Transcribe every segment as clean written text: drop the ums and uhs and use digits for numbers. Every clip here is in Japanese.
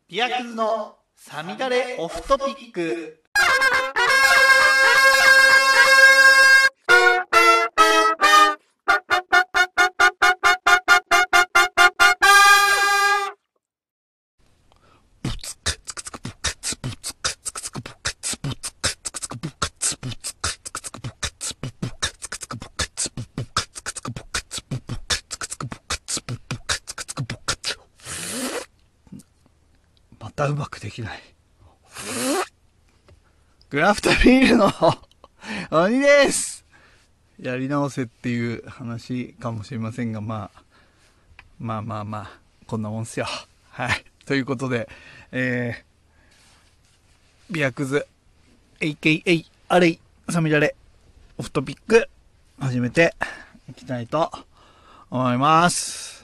ビアクズのさみだれオフトピック。またうまくできない。グラフトビールの鬼です。やり直せっていう話かもしれませんが、まあ、こんなもんっすよ。はい。ということで、ビアクズ、AKA アレイ、サミダレ、オフトピック、始めていきたいと思います。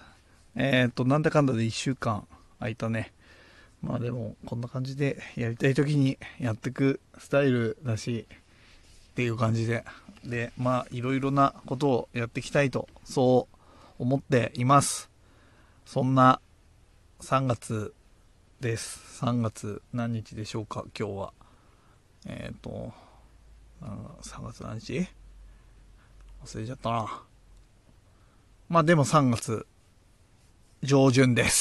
なんだかんだで1週間空いたね。まあでも、こんな感じでやりたい時にやってくスタイルだし、っていう感じで。で、まあ、いろいろなことをやっていきたいと、そう思っています。そんな3月です。3月何日でしょうか、今日は。3月何日忘れちゃったな。まあでも3月上旬です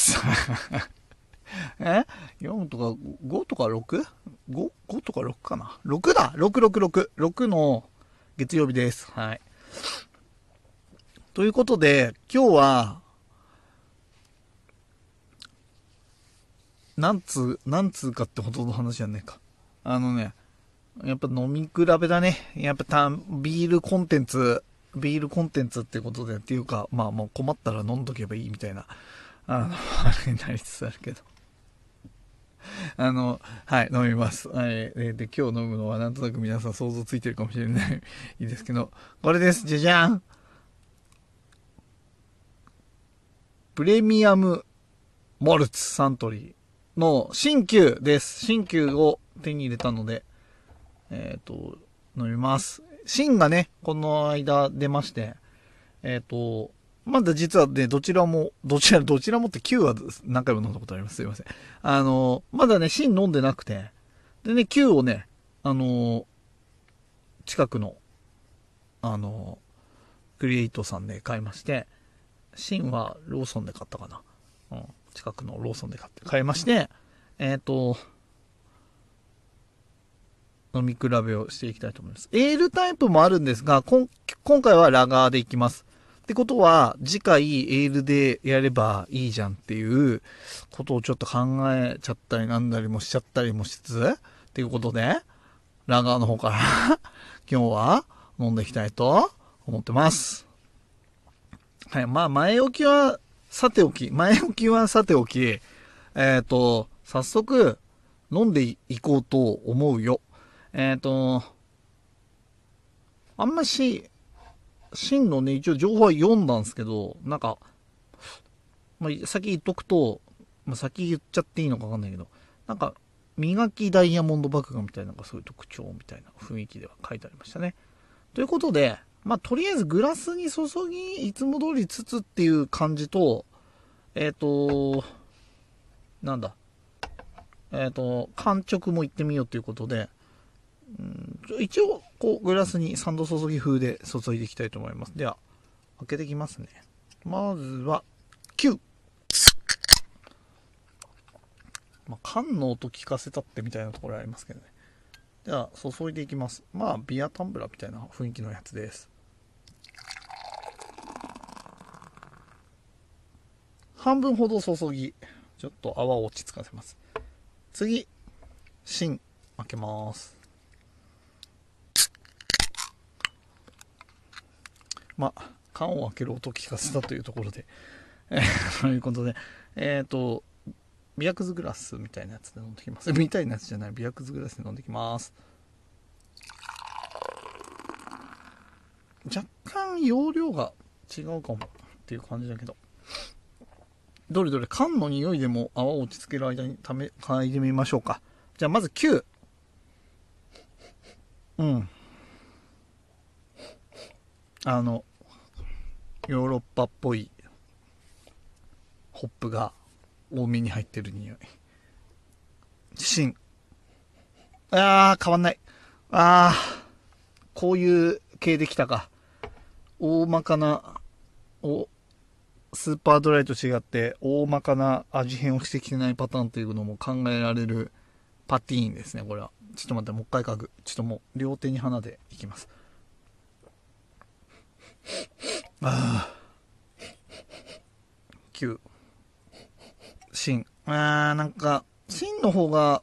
。4とか5とか 6?5 とか6かな ?6 だ !6 の月曜日です。はい。ということで、今日は、なんつうかってほどの話じゃねえか。やっぱ飲み比べだね。やっぱビールコンテンツってことで、っていうか、まあもう困ったら飲んどけばいいみたいな、あれになりつつあるけど。はい、飲みます。はい。で、今日飲むのはなんとなく皆さん想像ついてるかもしれない。いいですけど、これです。じゃじゃん。プレミアムモルツサントリーの新旧です。新旧を手に入れたので、飲みます。新がね、この間出まして、まだ実はね、どちらもって旧は何回も飲んだことあります。すいません。まだね、新飲んでなくて、でね、旧をね、近くの、クリエイトさんで買いまして、新はローソンで買ったかな。近くのローソンで買いまして、飲み比べをしていきたいと思います。エールタイプもあるんですが、今回はラガーでいきます。ってことは、次回エールでやればいいじゃんっていうことをちょっと考えちゃったりなんだりもしちゃったりもしつつ、っていうことで、ラガーの方から今日は飲んでいきたいと思ってます。はい、まあ前置きはさておき、早速飲んでいこうと思うよ。あんまし、真のね、一応情報は読んだんですけど、なんか、まあ、先言っとくと、まあ、先言っちゃっていいのかわかんないけど、なんか、磨きダイヤモンド麦芽みたいな、そういう特徴みたいな雰囲気では書いてありましたね。ということで、まあ、とりあえずグラスに注ぎ、いつも通りつつっていう感じと、なんだ、完直も行ってみようということで、一応、こう、グラスにサンド注ぎ風で注いでいきたいと思います。では、開けていきますね。まずは、9。まあ、缶の音聞かせたってみたいなところありますけどね。では、注いでいきます。まあ、ビアタンブラーみたいな雰囲気のやつです。半分ほど注ぎ、ちょっと泡を落ち着かせます。次、芯、開けます。まあ、缶を開ける音を聞かせたというところで、ということで、ビアクズグラスみたいなやつで飲んできます。みたいなやつじゃない、ビアクズグラスで飲んできます。若干容量が違うかもっていう感じだけど、どれ缶の匂いでも泡を落ち着ける間に嗅いでみましょうか。じゃあまず9。ヨーロッパっぽいホップが多めに入ってる匂い。 芯。変わんない。こういう系できたか。大まかな、スーパードライと違って大まかな味変をしてきてないパターンというのも考えられるパティーンですね、これは。ちょっと待って、もう一回書く。ちょっともう両手に花でいきます。9。芯。なんか、芯の方が、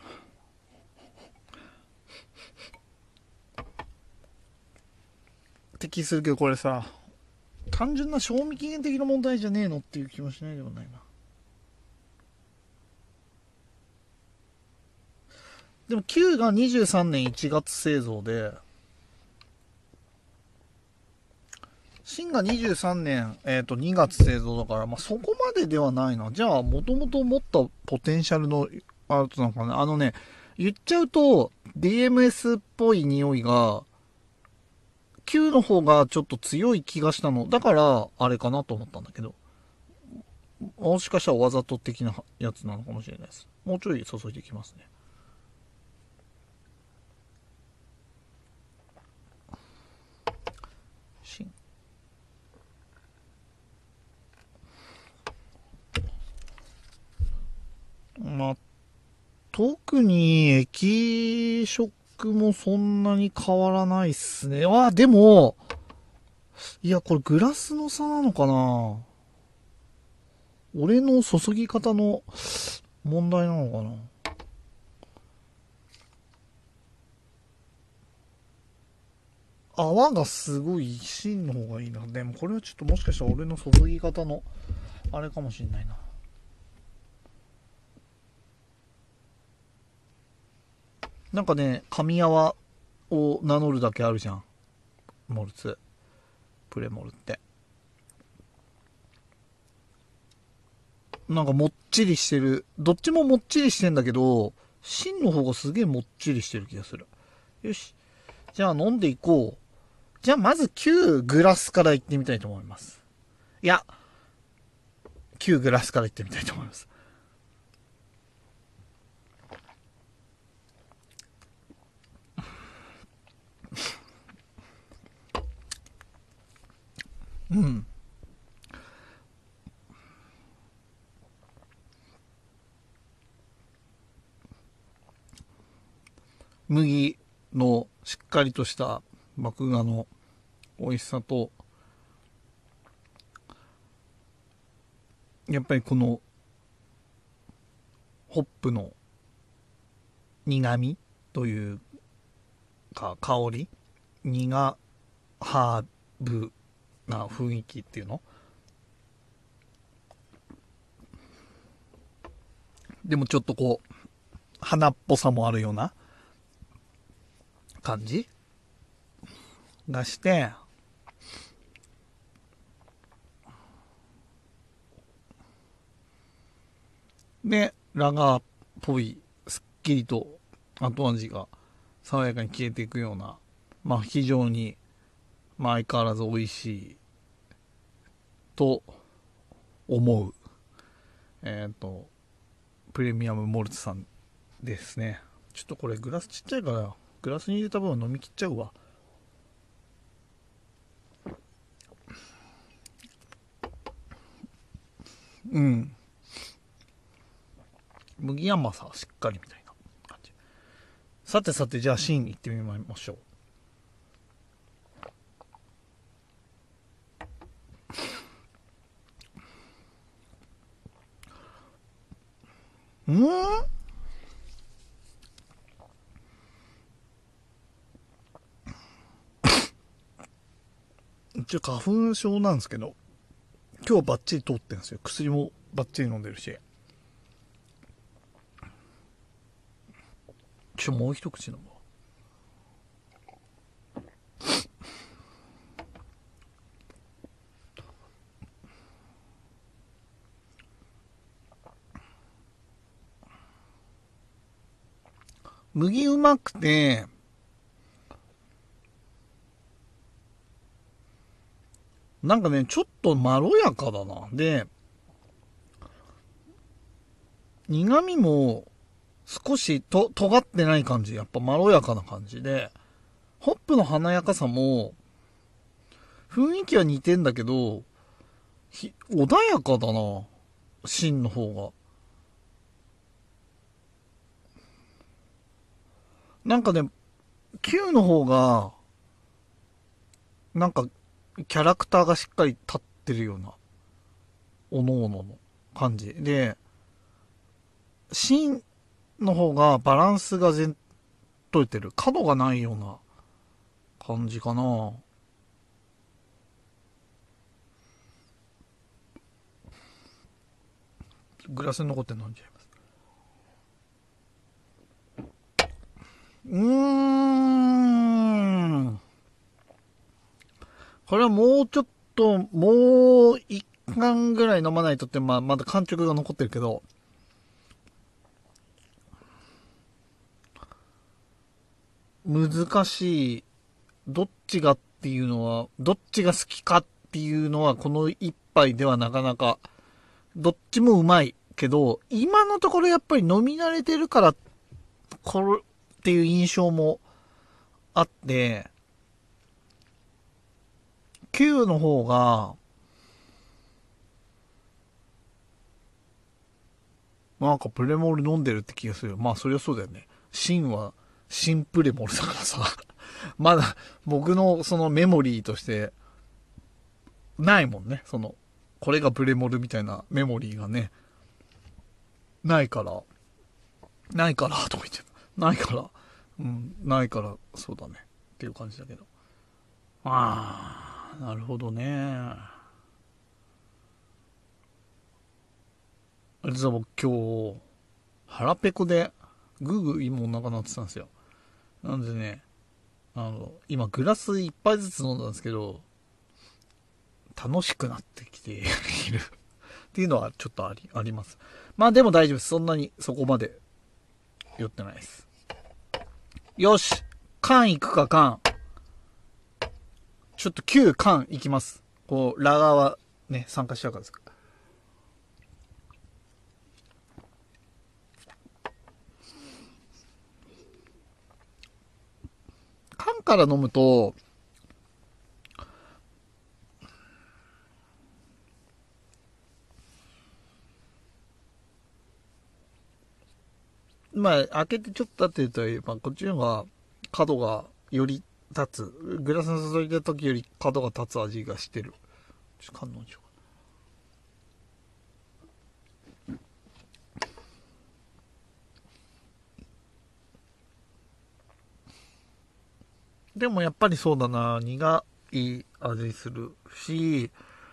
適するけど、これさ、単純な賞味期限的な問題じゃねえのっていう気もしないでもないな。でも9が23年1月製造で、新が23年、2月製造だから、まあ、そこまでではないな。じゃあ、もともと持ったポテンシャルのアートなのかな。言っちゃうと、DMS っぽい匂いが、Q の方がちょっと強い気がしたの。だから、あれかなと思ったんだけど。もしかしたらわざと的なやつなのかもしれないです。もうちょい注いでいきますね。まあ、特に液色もそんなに変わらないっすね。でも、いや、これグラスの差なのかな。俺の注ぎ方の問題なのかな。泡がすごい芯の方がいいな。でもこれはちょっともしかしたら俺の注ぎ方のあれかもしんないな。なんかね、神泡を名乗るだけあるじゃん。モルツ。プレモルって。なんかもっちりしてる。どっちももっちりしてんだけど、芯の方がすげえもっちりしてる気がする。よし。じゃあ飲んでいこう。じゃあまず9グラスからいってみたいと思います。いや、9グラスからいってみたいと思います。うん。麦のしっかりとした麦芽の美味しさと、やっぱりこのホップの苦味というか香り、苦ハーブな雰囲気っていうのでもちょっとこう花っぽさもあるような感じがして、でラガーっぽいすっきりと後味が爽やかに消えていくような、まあ非常に、まあ、相変わらず美味しいと思うプレミアムモルツさんですね。ちょっとこれグラスちっちゃいからグラスに入れた分飲み切っちゃうわ。うん。麦甘さしっかりみたいな感じ。さてさて、じゃあシーン行ってみましょう。一応花粉症なんですけど、今日はバッチリ通ってんですよ。薬もバッチリ飲んでるし。もう一口飲むわ。麦うまくて、なんかね、ちょっとまろやかだな。で、苦味も少し尖ってない感じ。やっぱまろやかな感じで、ホップの華やかさも、雰囲気は似てんだけど、穏やかだな。芯の方が。なんかね、Q の方が、なんか、キャラクターがしっかり立ってるような、おのおのの感じ。で、芯の方がバランスが取れてる。角がないような感じかな。グラスに残って飲んじゃいます。これはもうちょっと、もう一缶ぐらい飲まないとって、まだ感触が残ってるけど、難しい。どっちがっていうのは、どっちが好きかっていうのは、この一杯ではなかなか、どっちもうまいけど、今のところやっぱり飲み慣れてるから、これっていう印象もあって、Q の方が、なんかプレモル飲んでるって気がするよ。まあそりゃそうだよね。シンは、シンプレモルだからさ。まだ僕のそのメモリーとしてないもんね。これがプレモルみたいなメモリーがね、ないからとか言ってないから、ないから、そうだね。っていう感じだけど。ああ、なるほどね。実は僕今日、腹ペコで、ぐーぐー今お腹鳴ってたんですよ。なんでね、今グラス一杯ずつ飲んだんですけど、楽しくなってきているっていうのはちょっとあります。まあでも大丈夫です。そんなにそこまで酔ってないです。よし、缶いくか缶。ちょっと9缶いきます。こう、ラガーはね、参加しちゃうからです。缶から飲むと、まあ、開けてちょっと経ってるという、まあ、こっちの方が角がより立つ。グラスの注いだ時より角が立つ味がしてる。ちょっと観音しようか。でもやっぱりそうだな、苦い味するし、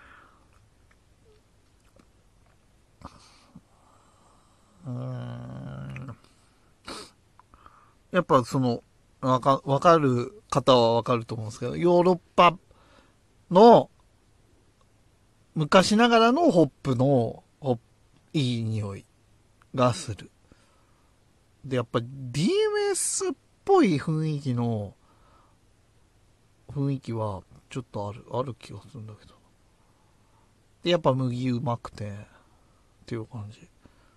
うーん、やっぱわかる方はわかると思うんですけど、ヨーロッパの昔ながらのホップの、いい匂いがする。で、やっぱ DMS っぽい雰囲気はちょっとある気がするんだけど。で、やっぱ麦うまくて、っていう感じ。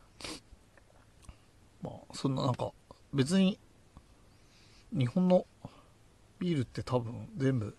まあ、そんななんか、別に日本のビールって多分全部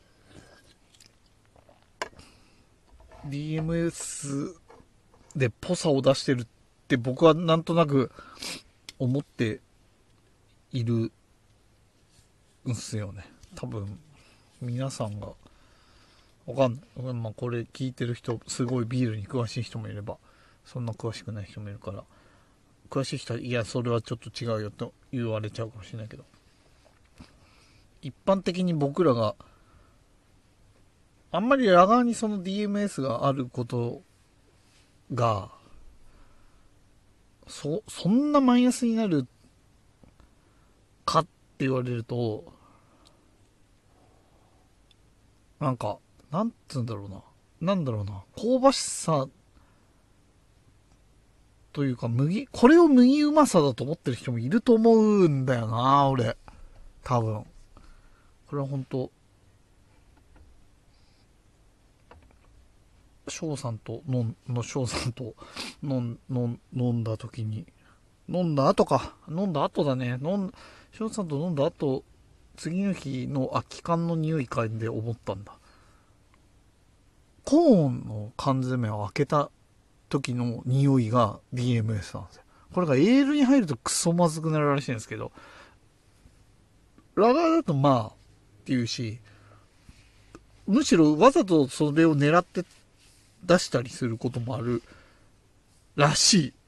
DMS でぽさを出してるって僕はなんとなく思っているんすよね。多分皆さんがわかんない。まあこれ聞いてる人、すごいビールに詳しい人もいれば、そんな詳しくない人もいるから、詳しい人は、いや、それはちょっと違うよと言われちゃうかもしれないけど、一般的に僕らがあんまりラガーにその DMS があることが、そんなマイナスになるかって言われると、なんか、なんつうんだろうな。なんだろうな。香ばしさというか、これを麦うまさだと思ってる人もいると思うんだよな、俺。多分。これは本当翔さんと飲んだ時に、 飲んだ後か。飲んだ後だね。翔さんと飲んだ後、次の日の空き缶の匂い嗅いで思ったんだ。コーンの缶詰を開けた時の匂いが DMS なんですよ。これがエールに入るとクソまずくなるらしいんですけど、ラガーだとまあっていうし、むしろわざとそれを狙って出したりすることもあるらしい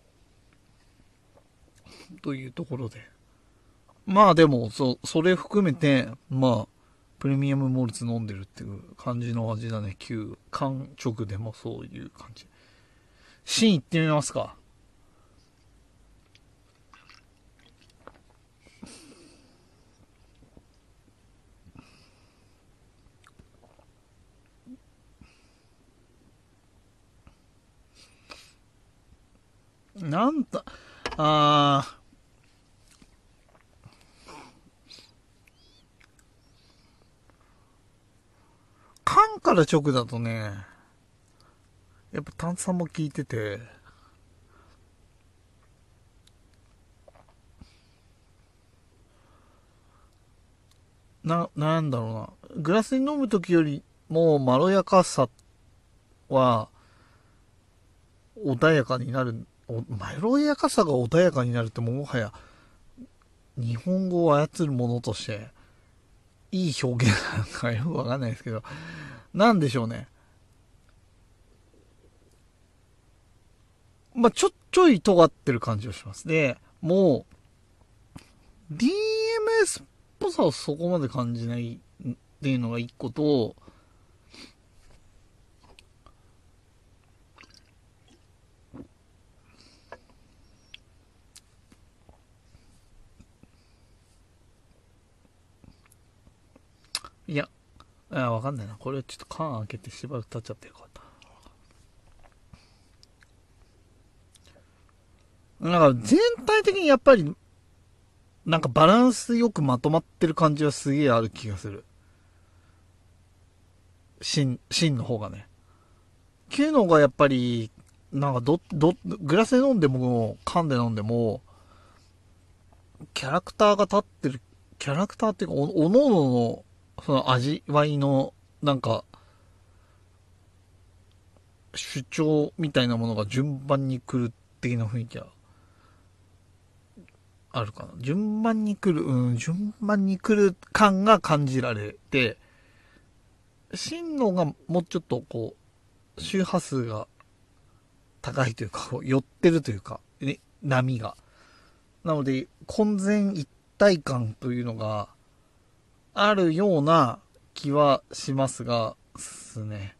というところで、まあでもそれ含めてまあプレミアムモルツ飲んでるっていう感じの味だね。旧缶直でもそういう感じ。シーン行ってみますか。なんだ、あ缶から直だとね、やっぱ炭酸も効いてて、なんだろうな。グラスに飲むときよりもまろやかさは穏やかになる。まろやかさが穏やかになるってもはや日本語を操るものとしていい表現なんかよくわかんないですけど、なんでしょうね。まあ、ちょい尖ってる感じがします。で、もう、DMS っぽさをそこまで感じないっていうのが一個と、いや、わかんないな。これちょっと缶開けてしばらく経っちゃってるかった。なんか全体的にやっぱり、なんかバランスよくまとまってる感じはすげえある気がする。芯の方がね。旧のがやっぱり、なんかグラスで飲んでも、缶で飲んでも、キャラクターが立ってる、キャラクターっていうか、おのおのの、その味わいの、なんか、主張みたいなものが順番に来る的な雰囲気はあるかな。順番に来る、順番に来る感が感じられて、真のがもうちょっとこう、周波数が高いというか、こう寄ってるというか、ね、波が。なので、混然一体感というのがあるような気はしますが、すね。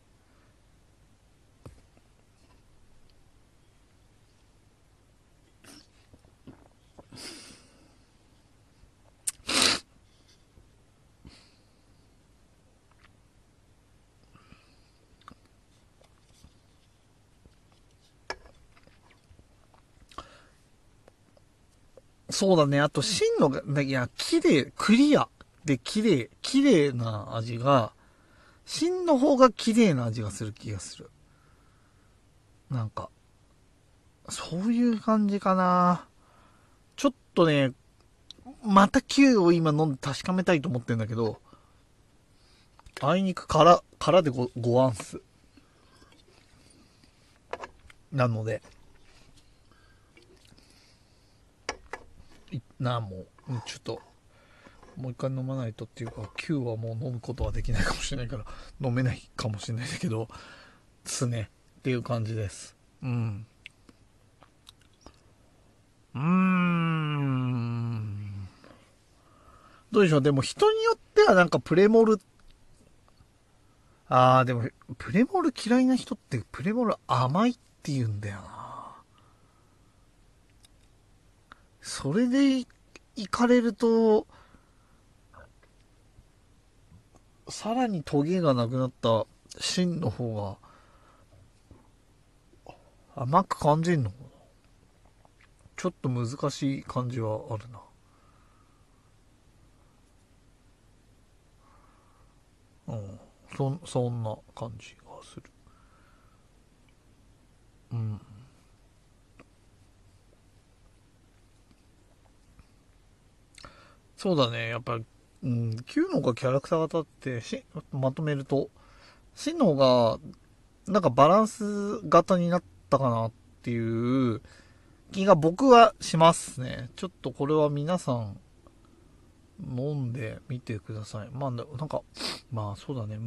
そうだね。あと、真のが、いや、綺麗、クリアで綺麗な味が、真の方が綺麗な味がする気がする。なんか、そういう感じかな。ちょっとね、また Q を今飲んで確かめたいと思ってんだけど、あいにく空で5アンス。なので、もう、ちょっと、もう一回飲まないとっていうか、Q はもう飲むことはできないかもしれないから、飲めないかもしれないんだけど、つね、っていう感じです。うん。うーん。どうでしょう。でも人によってはなんかプレモル、でも、プレモル嫌いな人ってプレモル甘いって言うんだよな。それで行かれると、さらにトゲがなくなった芯の方が甘く感じるのかな。ちょっと難しい感じはあるな。うん。そんな感じがする。うん。 そうだね。やっぱ、Q の方がキャラクターが立って、まとめると、C の方が、なんかバランス型になったかなっていう気が僕はしますね。ちょっとこれは皆さん、飲んでみてください。まあ、なんか、まあそうだね。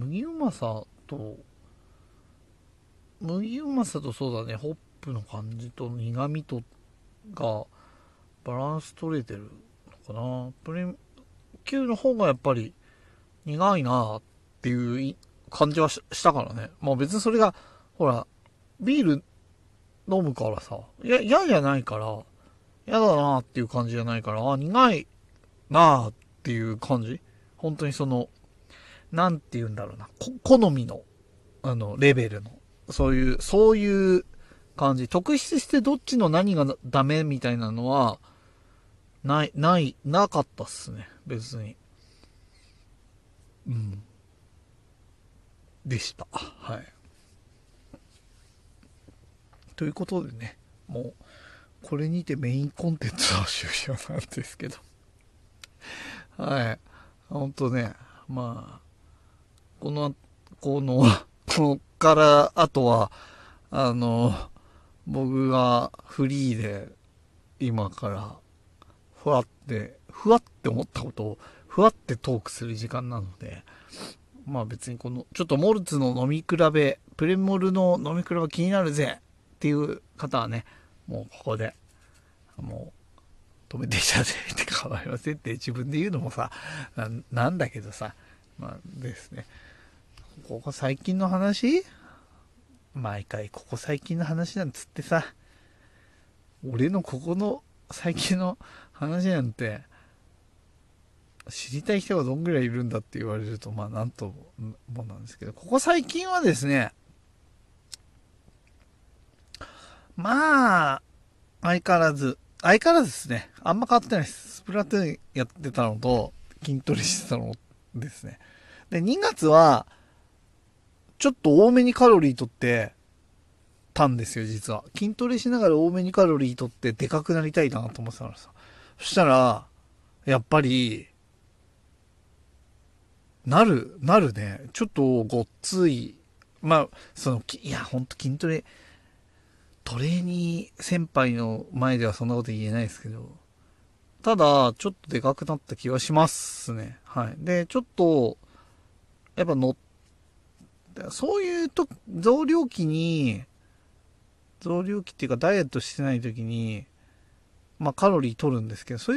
麦うまさとそうだね、ホップの感じと苦味とがバランス取れてるのかな。級の方がやっぱり苦いなっていう感じはしたからね。まあ別にそれが、ほら、ビール飲むからさ、嫌じゃないから、嫌だなっていう感じじゃないから、苦いなっていう感じ。本当になんて言うんだろうな。好みの、レベルの。そういう感じ。特筆してどっちの何がダメみたいなのは、なかったっすね。別に。うん。でした。はい。ということでね、もう、これにてメインコンテンツは終了なんですけど。はい。ほんとね、まあ、この、こっから、あとは、僕がフリーで、今から、ふわって思ったことを、ふわってトークする時間なので、まあ別にちょっとモルツの飲み比べ、プレモルの飲み比べ気になるぜっていう方はね、もうここで、もう止めていただいて構いませんって自分で言うのもさ、なんだけどさ、まあですね、ここ最近の話毎回ここ最近の話なんつってさ、俺のここの最近の話なんて、知りたい人がどんぐらいいるんだって言われると、まあなんともなんですけど、ここ最近はですね、まあ、相変わらずですね。あんま変わってないです。スプラトゥーンやってたのと、筋トレしてたのですね。で、2月は、ちょっと多めにカロリーとってたんですよ、実は。筋トレしながら多めにカロリーとってでかくなりたいなと思ってたからさ。そしたら、やっぱり、なるね。ちょっとごっつい。まあ、いや、ほんと筋トレ、トレーニー先輩の前ではそんなこと言えないですけど、ただ、ちょっとでかくなった気はしますね。はい。で、ちょっと、やっぱそういう増量期っていうかダイエットしてない時に、まあカロリー取るんですけど、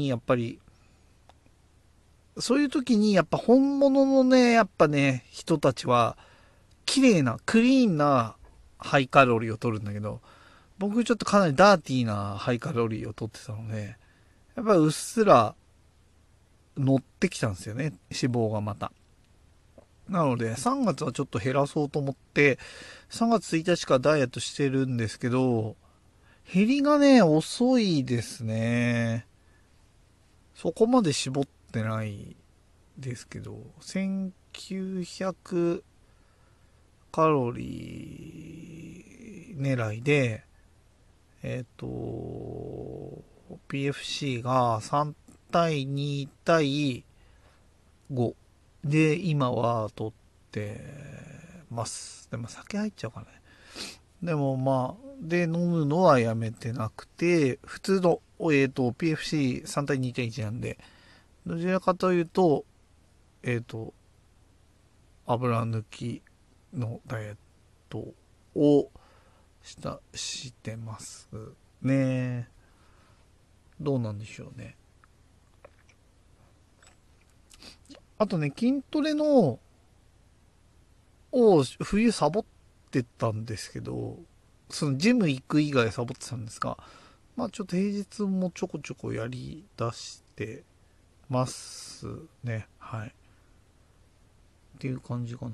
そういう時にやっぱ本物のね、やっぱね、人たちは、綺麗な、クリーンなハイカロリーを取るんだけど、僕ちょっとかなりダーティーなハイカロリーを取ってたので、やっぱりうっすら乗ってきたんですよね、脂肪がまた。なので、3月はちょっと減らそうと思って、3月1日からダイエットしてるんですけど、減りがね、遅いですね。そこまで絞ってないですけど、1900カロリー狙いで、PFC が3対2対5で今は取ってます。でも酒入っちゃうからね。でもまあ、で飲むのはやめてなくて、普通の、PFC3 対2対1なんで、どちらかというと、油抜きのダイエットをしてますね。どうなんでしょうね。あとね、筋トレを冬サボってたんですけど、そのジム行く以外サボってたんですが、まあちょっと平日もちょこちょこやり出してますね。はい。っていう感じかな。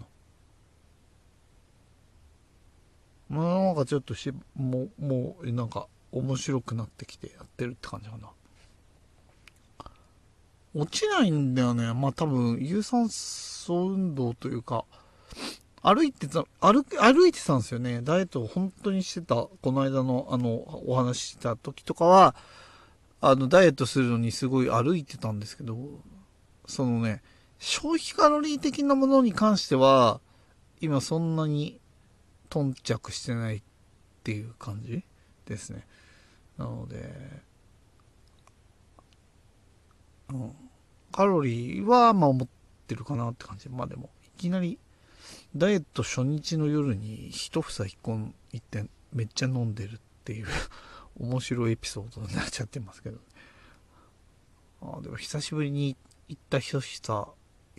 まあなんかちょっともうなんか面白くなってきてやってるって感じかな。落ちないんだよね。まあ多分有酸素運動というか、歩いてたんですよね。ダイエットを本当にしてた、この間のお話しした時とかは、 ダイエットするのにすごい歩いてたんですけど、そのね、消費カロリー的なものに関しては、今そんなに頓着してないっていう感じですね。なので、カロリーはまあ思ってるかなって感じ。まあでも、いきなりダイエット初日の夜に一房一本行ってめっちゃ飲んでるっていう面白いエピソードになっちゃってますけど。でも久しぶりに行った一房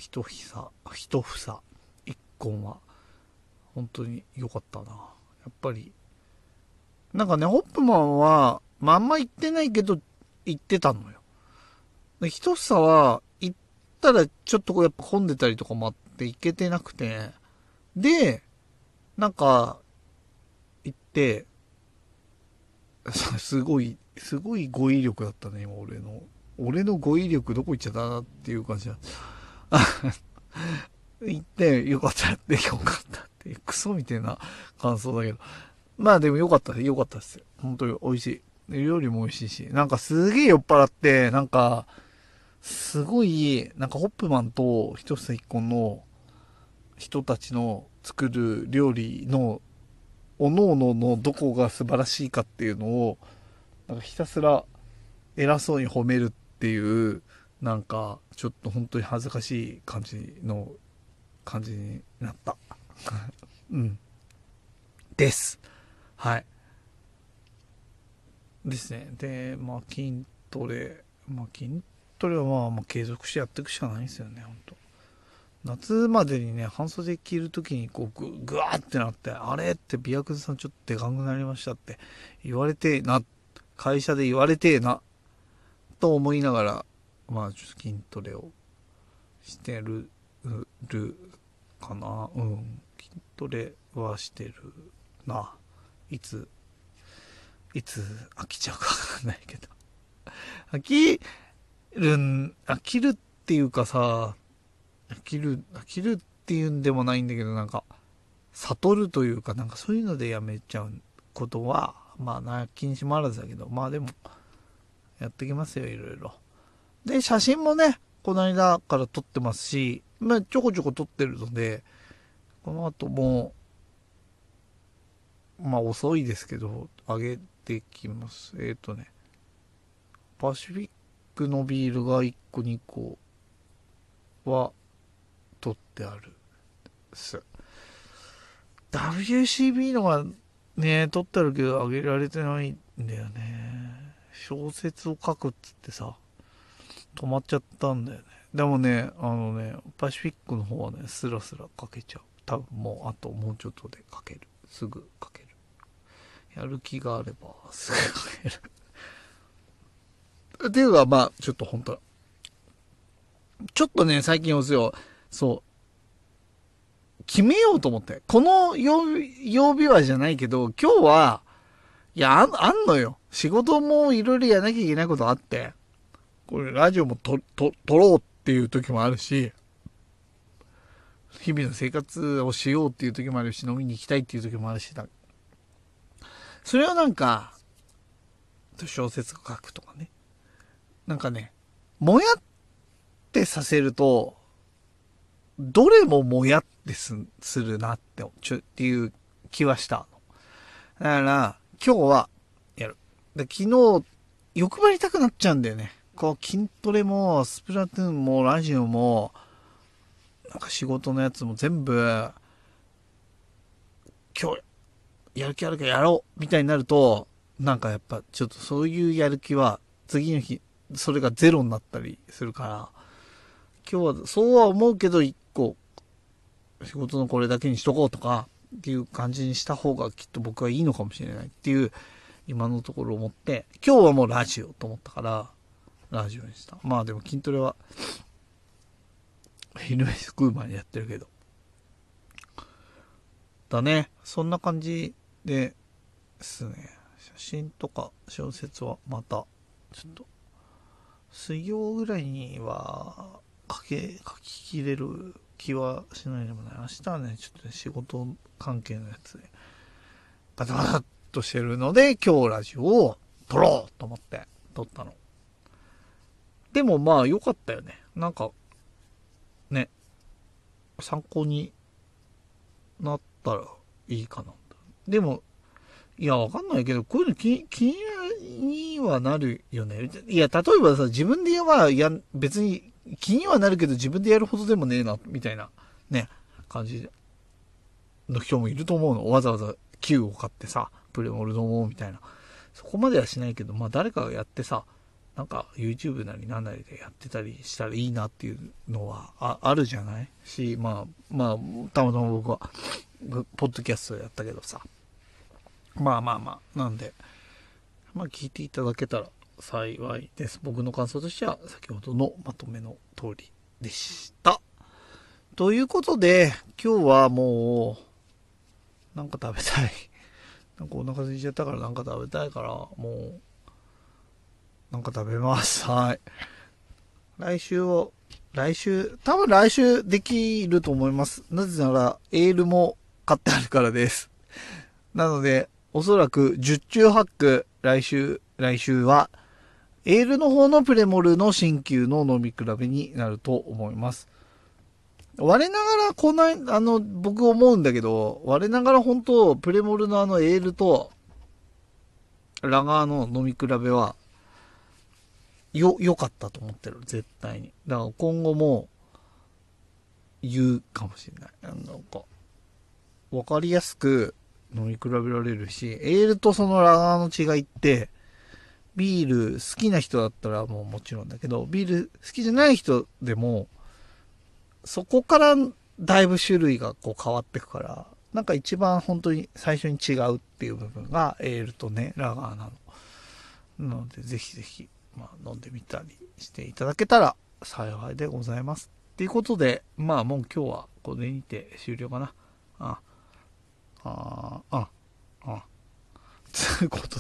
一本は本当に良かったな。やっぱり、なんかね、ホップマンは、まああんま行ってないけど行ってたのよ。で一房は行ったらちょっとこうやっぱ混んでたりとかもあって行けてなくて、で、なんか、行って、すごい語彙力だったね、今俺の語彙力どこ行っちゃったなっていう感じだ。行って、よかったって、クソみたいな感想だけど。まあでもよかったですよ。本当に美味しい。料理も美味しいし、なんかすげえ酔っ払って、なんか、すごい、なんかホップマンと一房一本の人たちの作る料理の各々のどこが素晴らしいかっていうのを、なんかひたすら偉そうに褒めるっていう、なんかちょっと本当に恥ずかしい感じになった。うん。です。はい。ですね。で、まあ筋トレはまあ継続してやっていくしかないんですよね、本当。夏までにね、半袖着るときにこうぐわーってなって、あれってビアクズさんちょっとでかくなりましたって言われてえな、会社で言われてえな、と思いながら、まあちょっと筋トレをしてるかな。うん。筋トレはしてるな。いつ飽きちゃうかわかんないけど。飽きるっていうかさ、飽きるっていうんでもないんだけど、なんか、悟るというか、なんかそういうのでやめちゃうことは、まあな、禁止もあらずだけど、まあでも、やってきますよ、いろいろ。で、写真もね、この間から撮ってますし、まあちょこちょこ撮ってるので、この後も、まあ遅いですけど、上げてきます。パシフィックのビールが1個2個は撮ってある。WCB のがね、撮ってあるけど上げられてないんだよね。小説を書くっつってさ、止まっちゃったんだよね。でもね、パシフィックの方はね、スラスラ書けちゃう。多分もうちょっとで書ける。すぐ書ける。やる気があれば、すぐ書ける。っていうか、まあ、ちょっと本当ちょっとね、最近押すよ。そう。決めようと思って。この曜日はじゃないけど、今日は、いや、あんのよ。仕事もいろいろやらなきゃいけないことあって、これラジオも撮ろうっていう時もあるし、日々の生活をしようっていう時もあるし、飲みに行きたいっていう時もあるし、それはなんか、小説を書くとかね。なんかね、もやってさせると、どれももやってするなっていう気はしたの。だから、今日はやる。で昨日、欲張りたくなっちゃうんだよね。こう、筋トレも、スプラトゥーンも、ラジオも、なんか仕事のやつも全部、今日、やる気あるからやろうみたいになると、なんかやっぱ、ちょっとそういうやる気は、次の日、それがゼロになったりするから、今日は、そうは思うけど、一個、仕事のこれだけにしとこうとか、っていう感じにした方がきっと僕はいいのかもしれないっていう、今のところ思って、今日はもうラジオと思ったから、ラジオにした。まあでも筋トレは、昼飯食う前にやってるけど。だね。そんな感じですね。写真とか小説はまた、ちょっと、水曜ぐらいには書ききれる気はしないでもない。明日はね、ちょっと、ね、仕事関係のやつで、バタバタっとしてるので、今日ラジオを撮ろうと思って撮ったの。 でもまあ良かったよね。なんか、ね、参考になったらいいかな。でも、いや、わかんないけど、こういうの気にはなるよね。いや、例えばさ、自分で別に気にはなるけど自分でやるほどでもねえな、みたいな、ね、感じの人もいると思うの。わざわざ球を買ってさ、プレモル飲もうみたいな。そこまではしないけど、まあ誰かがやってさ、なんか YouTube なりなんなりでやってたりしたらいいなっていうのはあるじゃないし、まあ、たまたま僕は、ポッドキャストやったけどさ。まあ、なんで、まあ聞いていただけたら幸いです。僕の感想としては先ほどのまとめの通りでした。ということで、今日はもう、なんか食べたい。なんかお腹空いちゃったからなんか食べたいから、もう、なんか食べます。はい。多分来週できると思います。なぜなら、エールも買ってあるからです。なので、おそらく10中8区、来週は、エールの方のプレモルの新旧の飲み比べになると思います。我ながら僕思うんだけど、我ながら本当、プレモルのエールと、ラガーの飲み比べは、良かったと思ってる。絶対に。だから今後も、言うかもしれない。なんか、わかりやすく飲み比べられるし、エールとそのラガーの違いって、ビール好きな人だったらもちろんだけど、ビール好きじゃない人でも、そこからだいぶ種類がこう変わってくから、なんか一番本当に最初に違うっていう部分がエールとね、ラガーなの。なので、ぜひぜひ、飲んでみたりしていただけたら幸いでございます。っていうことで、もう今日はこれにて終了かな。ということ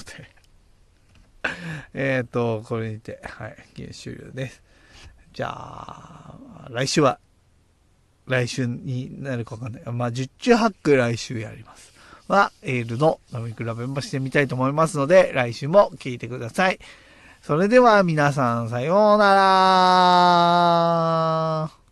で、これにて、はい、終了です。じゃあ、来週になるかわかんない。10中8区来週やります。エールの飲み比べもしてみたいと思いますので、来週も聞いてください。それでは皆さん、さようなら。